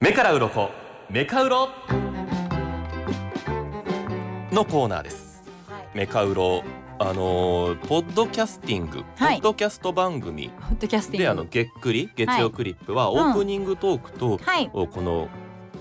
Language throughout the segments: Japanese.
目から鱗メカウロのコーナーです。メカウロポッドキャスティング、ポッドキャスト番組でげっくり月曜クリップはオープニングトークと、この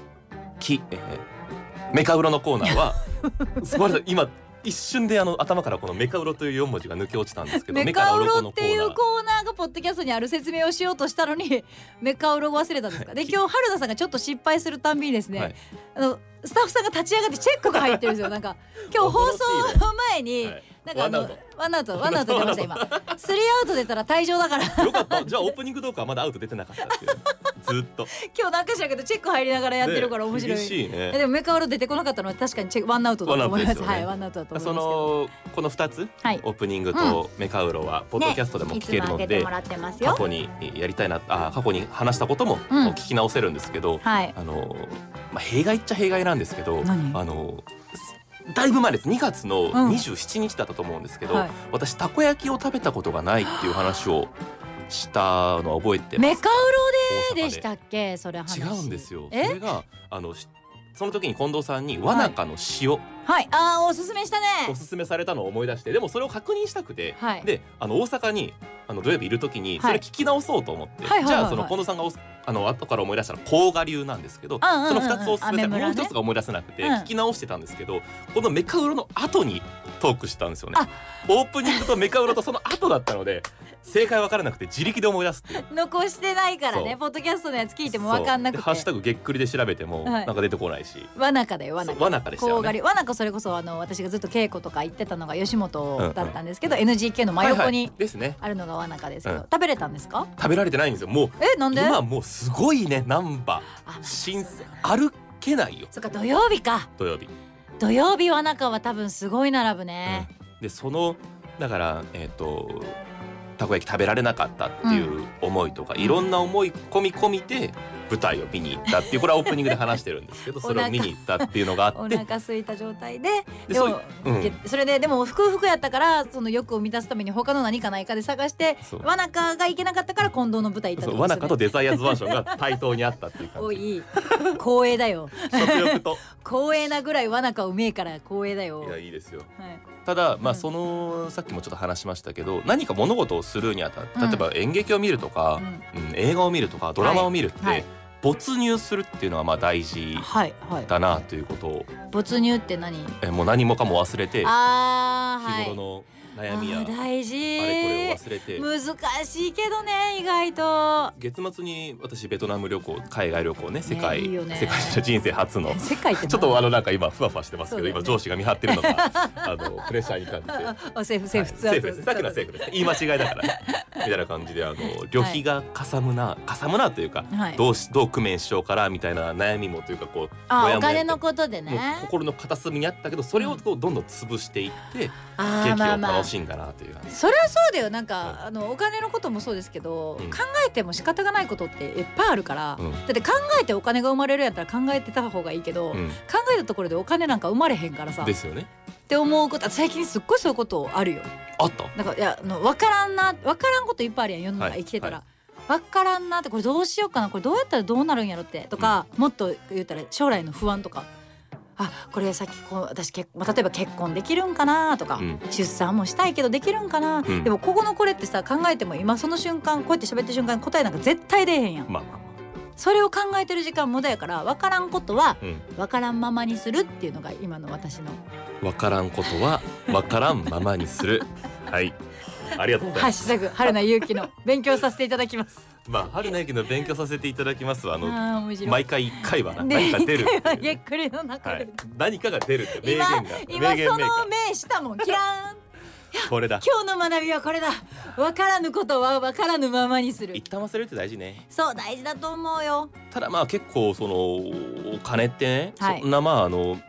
メカウロのコーナーはすごい今一瞬で頭からこのメカウロという4文字が抜け落ちたんですけど、 メカウロっていうコーナーがポッドキャストにある説明をしようとしたのにメカウロを忘れたんですか。で今日春菜さんがちょっと失敗するたんびにですね、スタッフさんが立ち上がってチェックが入ってるんですよ。なんか今日放送の前に、なんかワンアウト出ました今。3アウト出たら退場だから。 よかった。じゃあオープニングトークはまだアウト出てなかったっていうずっと今日なんかしらけどチェック入りながらやってるから面白い。 厳しいね。 でもメカウロ出てこなかったのは確かにワンアウトだと思います。はい、ワンアウトだと思いますけど、 この2つ、オープニングとメカウロはポッドキャストでも聞けるので、過去にやりたいな、過去に話したことも聞き直せるんですけど、弊害っちゃ弊害なんですけど、だいぶ前です。2月の27日だったと思うんですけど、私たこ焼きを食べたことがないっていう話をしたのは覚えてます。 メカウロでしたっけ、それ話。 違うんですよ。それがその時に近藤さんにわなかの塩、 おすすめしたね。 おすすめされたのを思い出して、でもそれを確認したくて、で大阪に土曜日いる時にそれ聞き直そうと思って、じゃあその近藤さんが後から思い出したら甲賀流なんですけど、その2つおすすめして、もう1つが思い出せなくて聞き直してたんですけど、このメカウロの後にトークしたんですよね。オープニングとメカウロとその後だったので正解分からなくて自力で思い出すっていう。 残してないからね、ポッドキャストのやつ聞いても分かんなくて、 ハッシュタグげっくりで調べてもなんか出てこないし、 わなかだよ、わなか。 わなかでしたよね。 わなか、それこそ私がずっと稽古とか行ってたのが吉本だったんですけど、NGK の真横にあるのがわなかですけど、食べれたんですか？ 食べられてないんですよ。もうなんで？ 今もうすごいね、難波新鮮、歩けないよ。 そっか、土曜日か。土曜日わなかは多分すごい並ぶね。 でだからたこ焼き食べられなかったっていう思いとか、いろんな思い込みで舞台を見に行ったっていう、これはオープニングで話してるんですけどそれを見に行ったっていうのがあって、 お腹空いた状態でそれででもふくやったから、その欲を満たすために他の何かないかで探して、わなかが行けなかったから近藤の舞台行ったってことですね。 わなかとデザイアーズマンションが対等にあったっていう感じ。 おい、光栄だよ。 食欲と光栄なぐらいわなかうめえから光栄だよ。 いや、いいですよ。たださっきもちょっと話しましたけど、何か物事をするにあたって、例えば演劇を見るとか、映画を見るとかドラマを見るって、没入するっていうのは大事だなということを。 没入って何？ もう何もかも忘れて、日頃の悩みや大事、 あれこれを忘れて。 難しいけどね、意外と。 月末に私ベトナム旅行、海外旅行ね、世界人生初の世界ってちょっとなんか今ふわふわしてますけど、今上司が見張ってるのがプレッシャーに感じてセーフセーフです。さっきのはセーフです。言い間違いだからみたいな感じで、旅費がかさむなというか、どう工面しようからみたいな悩みもというか、こうお金のことでね、 心の片隅にあったけど、それをこうどんどん潰していって劇を楽しんだなという感じ。 それはそうだよ。なんかお金のこともそうですけど、考えても仕方がないことっていっぱいあるから、だって考えてお金が生まれるやったら考えてた方がいいけど、考えたところでお金なんか生まれへんからさ。 ですよね。 って思うこと、最近すっごいそういうことあるよ。 あった？ なんか分からんこといっぱいあるやん、世の中生きてたら。分からんなって、これどうしようかな、これどうやったらどうなるんやろってとか、もっと言ったら将来の不安とか、これさっき私例えば結婚できるんかなとか、出産もしたいけどできるんかな、でもここのこれってさ、考えても今その瞬間こうやって喋ってる瞬間答えなんか絶対出えへんやん。それを考えてる時間無駄やから、分からんことは分からんままにするっていうのが今の私の。 分からんことは分からんままにする。はい、ありがとうございます。 ハッシュタグ春名ゆうきの勉強させていただきます。 春名ゆうきの勉強させていただきますは毎回1回は何か出るってげっくりの中で何かが出るって名言が今その名したもん、キラーン。 これだ、 今日の学びはこれだ。分からぬことは分からぬままにする。 一旦忘れるって大事ね。 そう、大事だと思うよ。 ただ結構お金ってね、そんな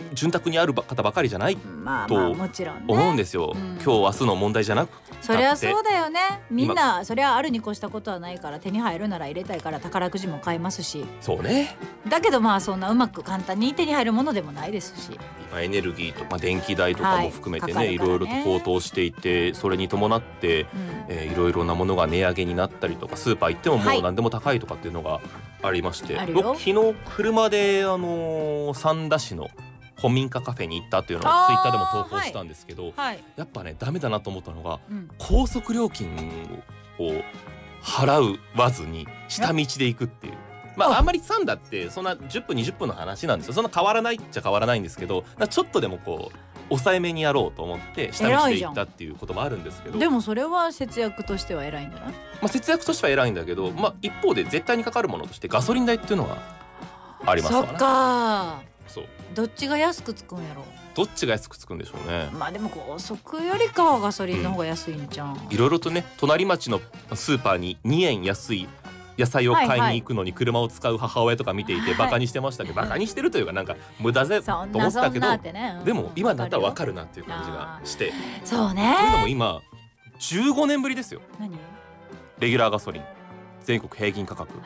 潤沢にある方ばかりじゃないと思うんですよ。今日明日の問題じゃなくて、 そりゃそうだよね。みんなそりゃあるに越したことはないから、手に入るなら入れたいから宝くじも買いますし。 そうね。 だけどまあそんなうまく簡単に手に入るものでもないですし、 今エネルギーと電気代とかも含めてね、いろいろと高騰していて、それに伴っていろいろなものが値上げになったりとか、スーパー行ってももう何でも高いとかっていうのがありまして、僕昨日車で三田市の古民家カフェに行ったっていうのをツイッターでも投稿したんですけど、やっぱねダメだなと思ったのが、高速料金を払わずに下道で行くっていう。あんまり三田ってそんな10分20分の話なんですよ。そんな変わらないっちゃ変わらないんですけど、ちょっとでもこう抑えめにやろうと思って下道で行ったっていうこともあるんですけど、 でもそれは節約としては偉いんじゃない？ 節約としては偉いんだけど、一方で絶対にかかるものとしてガソリン代っていうのがありますからね。 そっか。 そう。 どっちが安くつくんやろ。 どっちが安くつくんでしょうね。 でも高速よりかはガソリンの方が安いんじゃん。 いろいろとね、隣町のスーパーに2円安い野菜を買いに行くのに車を使う母親とか見ていてバカにしてましたけど、バカにしてるというかなんか無駄ぜと思ったけど、でも今になったら分かるなっていう感じがして。 そうね。 というのも今15年ぶりですよ。 何？ レギュラーガソリン全国平均価格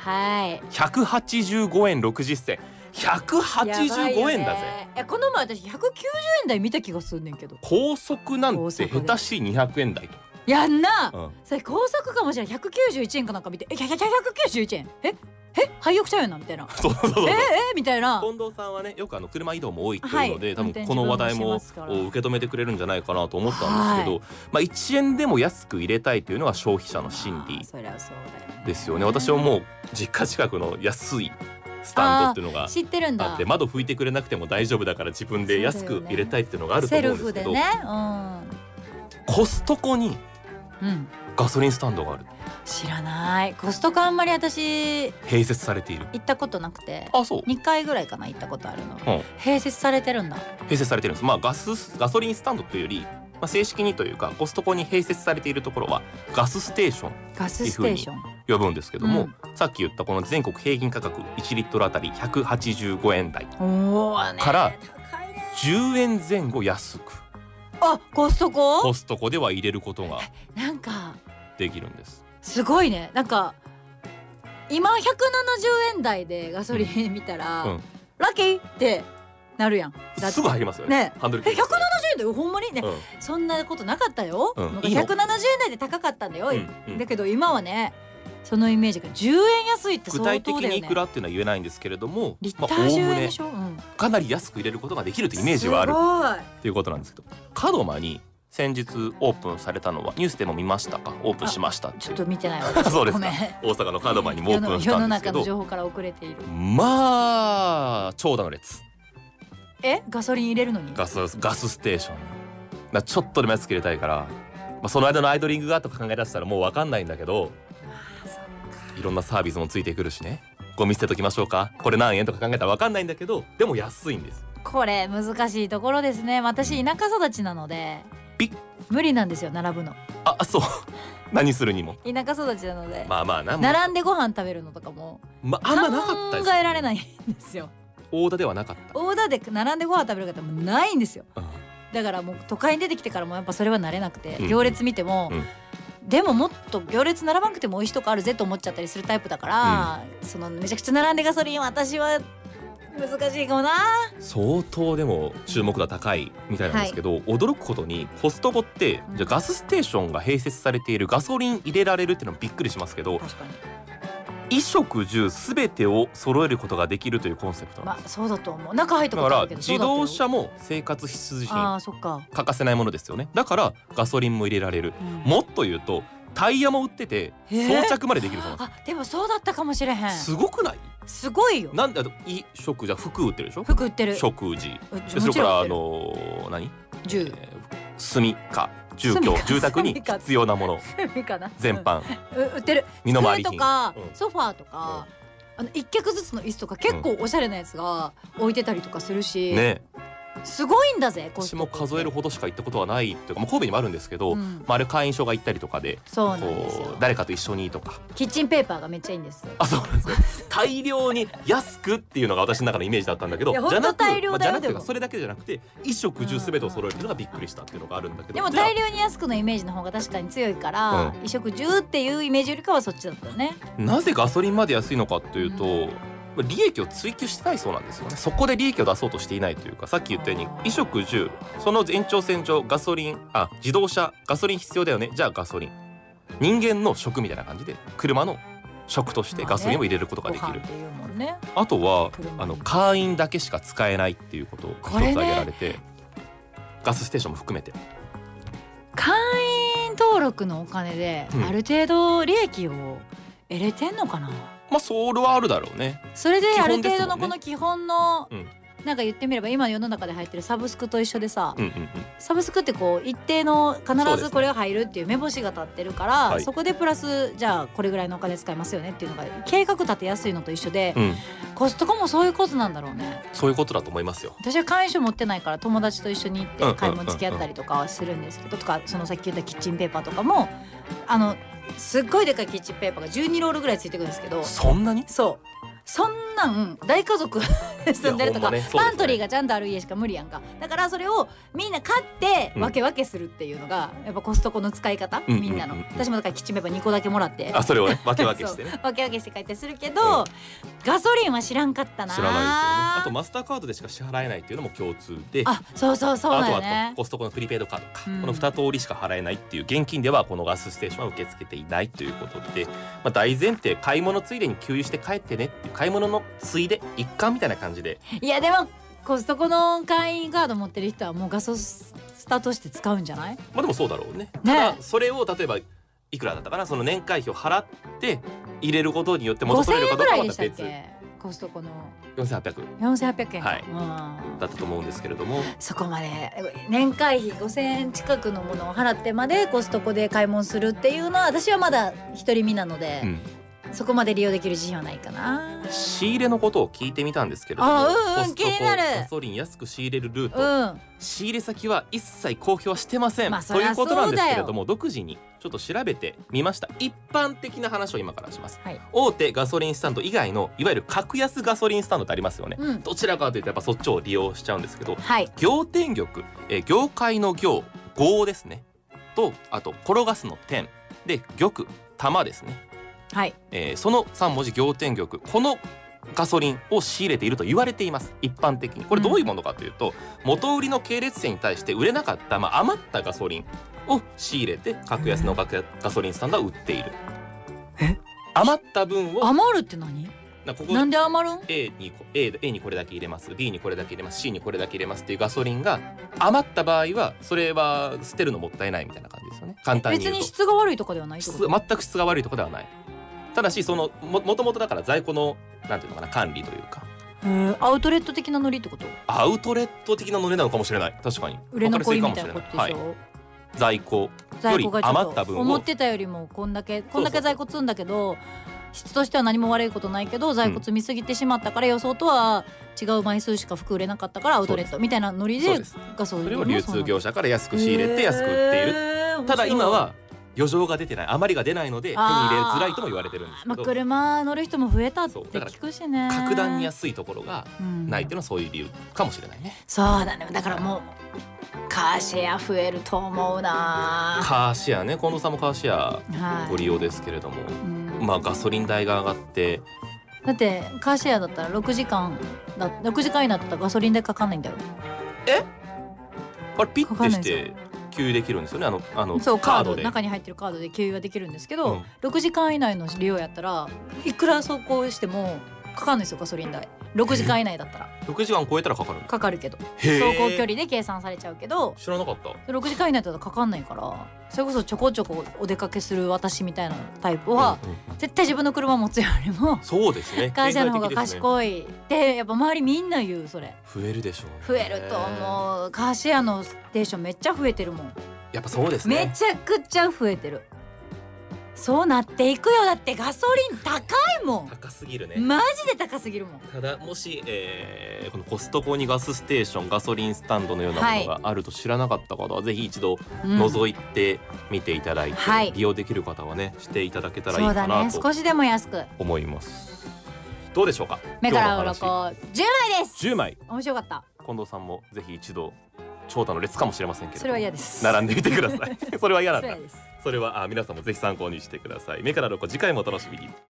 185 円60銭。185円だぜ。 この前私190円台見た気がするねんけど。 高速なんて下手しい200円台と。 やんな。それ高速かもしれない。191円かなんか見て、191円廃屋ちゃうよなみたいな。 そうみたいな。 近藤さんはねよく車移動も多いっていうので、多分この話題も受け止めてくれるんじゃないかなと思ったんですけど、1円でも安く入れたいというのが消費者の心理ですよね。私はもう実家近くの安いスタンドっていうのがあって、窓拭いてくれなくても大丈夫だから自分で安く入れたいっていうのがあると思うんですけど、コストコにガソリンスタンドがある。 知らない。コストコあんまり私併設されている。 行ったことなくて。 そう。 2回ぐらいかな行ったことあるの。併設されてるんだ。 併設されてるんです。ガソリンスタンドというより、正式にというかコストコに併設されているところはガスステーションっていうふうに呼ぶんですけども、さっき言ったこの全国平均価格1リットルあたり185円台から10円前後安く、 コストコでは入れることがなんかできるんです。 すごいね。なんか今170円台でガソリン見たら、ラッキーってなるやん。 すぐ入りますよね。ハンドル切ります。 170円だよほんまにね。そんなことなかったよ。170円台で高かったんだよ。だけど今はね、そのイメージが10円安いって相当だよね。 具体的にいくらっていうのは言えないんですけれども、 リッター10円でしょ。 かなり安く入れることができるというイメージはあるっていうことなんですけど、門真に先日オープンされたのはニュースでも見ましたか？オープンしましたって。 ちょっと見てないわ。 そうですか。大阪の門真にもオープンしたんですけど、 世の中の情報から遅れている。 長蛇の列。 ガソリン入れるのに？ ガスステーション。ちょっとでも安く入れたいから、その間のアイドリングがとか考え出したらもう分かんないんだけど、いろんなサービスもついてくるしね。ゴミ捨てときましょうか、これ何円とか考えたら分かんないんだけど、でも安いんです。 これ難しいところですね。私田舎育ちなので無理なんですよ、並ぶの。 そう何するにも田舎育ちなので、 並んでご飯食べるのとかもあんまなかったです。 考えられないんですよ。 大田ではなかった。 大田で並んでご飯食べる方もないんですよ。だからもう都会に出てきてからもやっぱそれは慣れなくて、行列見ても、でももっと行列並ばなくても美味しいとこあるぜと思っちゃったりするタイプだから、そのめちゃくちゃ並んでガソリンは私は難しいかもな。 相当でも注目度高いみたいなんですけど、驚くことにコストコってじゃガスステーションが併設されている、ガソリン入れられるっていうのもびっくりしますけど、 確かに衣食住すべてを揃えることができるというコンセプトなんです。 そうだと思う。中入ったことあるけど、 だから自動車も生活必需品、 そっか、 欠かせないものですよね。だからガソリンも入れられる、もっと言うとタイヤも売ってて装着までできるそうなんです。 でもそうだったかもしれへん。 すごくない？ すごいよ。 なんで衣食じゃ服売ってるでしょ。 服売ってる。 食事それから何？ 住住か住宅に必要なもの全般売ってる。 身の回り品とかソファーとか、一脚ずつの椅子とか結構おしゃれなやつが置いてたりとかするし、 すごいんだぜ。 私も数えるほどしか行ったことはないというか、神戸にもあるんですけど、あれ会員証が行ったりとかで、 そうなんですよ、 誰かと一緒にとか。 キッチンペーパーがめっちゃいいんです。 あ、そうなんですね。大量に安くっていうのが私の中のイメージだったんだけど、 いや本当大量だよ。でもそれだけじゃなくて衣食住すべてを揃えるのがびっくりしたっていうのがあるんだけど、 でも大量に安くのイメージの方が確かに強いから、衣食住っていうイメージよりかはそっちだったね。 なぜガソリンまで安いのかというと、利益を追求してないそうなんですよね。そこで利益を出そうとしていないというか、さっき言ったように衣食住、その延長線上、ガソリン、自動車ガソリン必要だよね、じゃあガソリン、人間の食みたいな感じで車の食としてガソリンを入れることができる。あとは会員だけしか使えないっていうことを一つ挙げられて、ガスステーションも含めて会員登録のお金である程度利益を得れてんのかな。 それはあるだろうね。 それである程度のこの基本の、なんか言ってみれば今世の中で入ってるサブスクと一緒でさ、サブスクってこう一定の必ずこれが入るっていう目星が立ってるから、そこでプラスじゃあこれぐらいのお金使いますよねっていうのが計画立てやすいのと一緒で、コストコもそういうことなんだろうね。 そういうことだと思いますよ。 私は会員証持ってないから友達と一緒に行って買い物付き合ったりとかはするんですけど、とかそのさっき言ったキッチンペーパーとかもすっごいでかいキッチンペーパーが12ロールぐらいついてくるんですけど、 そんなに？ そうそんなん大家族住んでるとか、パントリーがちゃんとある家しか無理やんか。だからそれをみんな買って分け分けするっていうのがやっぱコストコの使い方、みんなの。私もだからキッチンペーパー2個だけもらって、 それをね分け分けしてね分け分けして帰ってするけど、ガソリンは知らんかったな。 知らないですよね。あとマスターカードでしか支払えないっていうのも共通で、 そうだよね。 あとはコストコのプリペイドカードか、この2通りしか払えないっていう、現金ではこのガスステーションは受け付けていないということで、大前提買い物ついでに給油して帰ってねっていう、買い物のついで一環みたいな感じで。 いやでもコストコの会員カード持ってる人はもうガソスタとして使うんじゃない？ でもそうだろうね。ただそれを例えばいくらだったかな、その年会費を払って入れることによって元取れるかどうかはまた別。コストコの4800円、 だったと思うんですけれども、 そこまで年会費5000円近くのものを払ってまでコストコで買い物するっていうのは私はまだ独り身なので、そこまで利用できる自信はないかな。 仕入れのことを聞いてみたんですけれども、コストコガソリン安く仕入れるルート、仕入れ先は一切公表はしてません、ということなんですけれども、独自にちょっと調べてみました。一般的な話を今からします、大手ガソリンスタンド以外のいわゆる格安ガソリンスタンドってありますよね、どちらかというとやっぱそっちを利用しちゃうんですけど、業天玉、業界の業ですねと、あと転がすの天で玉玉ですね、その3文字業天玉、このガソリンを仕入れていると言われています、一般的に。これどういうものかというと、元売りの系列店に対して売れなかった、余ったガソリンを仕入れて格安のガソリンスタンドは売っている。余った分を余るって何？なんで余るん？ A にこれだけ入れます、 B にこれだけ入れます、 C にこれだけ入れますっていうガソリンが余った場合は、それは捨てるのもったいないみたいな感じですよね、簡単に言うと。別に質が悪いとかではないってこと？全く質が悪いとかではない。ただしその もともとだから在庫のなんていうのかな、管理というか、 アウトレット的なノリってこと？ アウトレット的なノリなのかもしれない。確かに売れ残りみたいなことでしょ、 在庫より余った分を、 思ってたよりもこんだけ在庫積んだけど、質としては何も悪いことないけど在庫積みすぎてしまったから、予想とは違う枚数しか服売れなかったからアウトレットみたいなノリでガソリンを、 それを流通業者から安く仕入れて安く売っている。ただ今は余剰が出てない、余りが出ないので手に入れづらいとも言われてるんですけど、 車乗る人も増えたって聞くしね。 格段に安いところがないっていうのはそういう理由かもしれないね。 そうだね。だからもうカーシェア増えると思うな。 カーシェアね、近藤さんもカーシェアご利用ですけれども、ガソリン代が上がって、 だってカーシェアだったら6時間以内だったらガソリン代かかんないんだよ。 あれピッてして給油できるんですよね。 そう、 カードで中に入ってるカードで給油はできるんですけど、6時間以内の利用やったらいくら走行してもかかるんですよ、ガソリン代。6時間以内だったら。 6時間超えたらかかる？ かかるけど、走行距離で計算されちゃうけど。 知らなかった。 6時間以内だったらかかんないから、それこそちょこちょこお出かけする私みたいなタイプは、絶対自分の車持つよりもそうですね、 カーシェアの方が賢いってやっぱ周りみんな言う。それ増えるでしょうね。 増えると思う。カーシェアのステーションめっちゃ増えてるもん。 やっぱそうですね。 めちゃくちゃ増えてる。 そうなっていくよ。だってガソリン高いもん。 高すぎるね。 マジで高すぎるもん。 ただもし、このコストコにガスステーション、ガソリンスタンドのようなものがあると知らなかった方は、ぜひ一度覗いてみていただいて、利用できる方はねしていただけたらいいかなと、ね、 少しでも安く思います。どうでしょうか。 目から鱗10枚です。 10枚面白かった。 近藤さんもぜひ一度長蛇の列かもしれませんけど、 それは嫌です。 並んでみてくださいそれは嫌なんだ。それは皆さんもぜひ参考にしてください。目から鱗、次回もお楽しみに。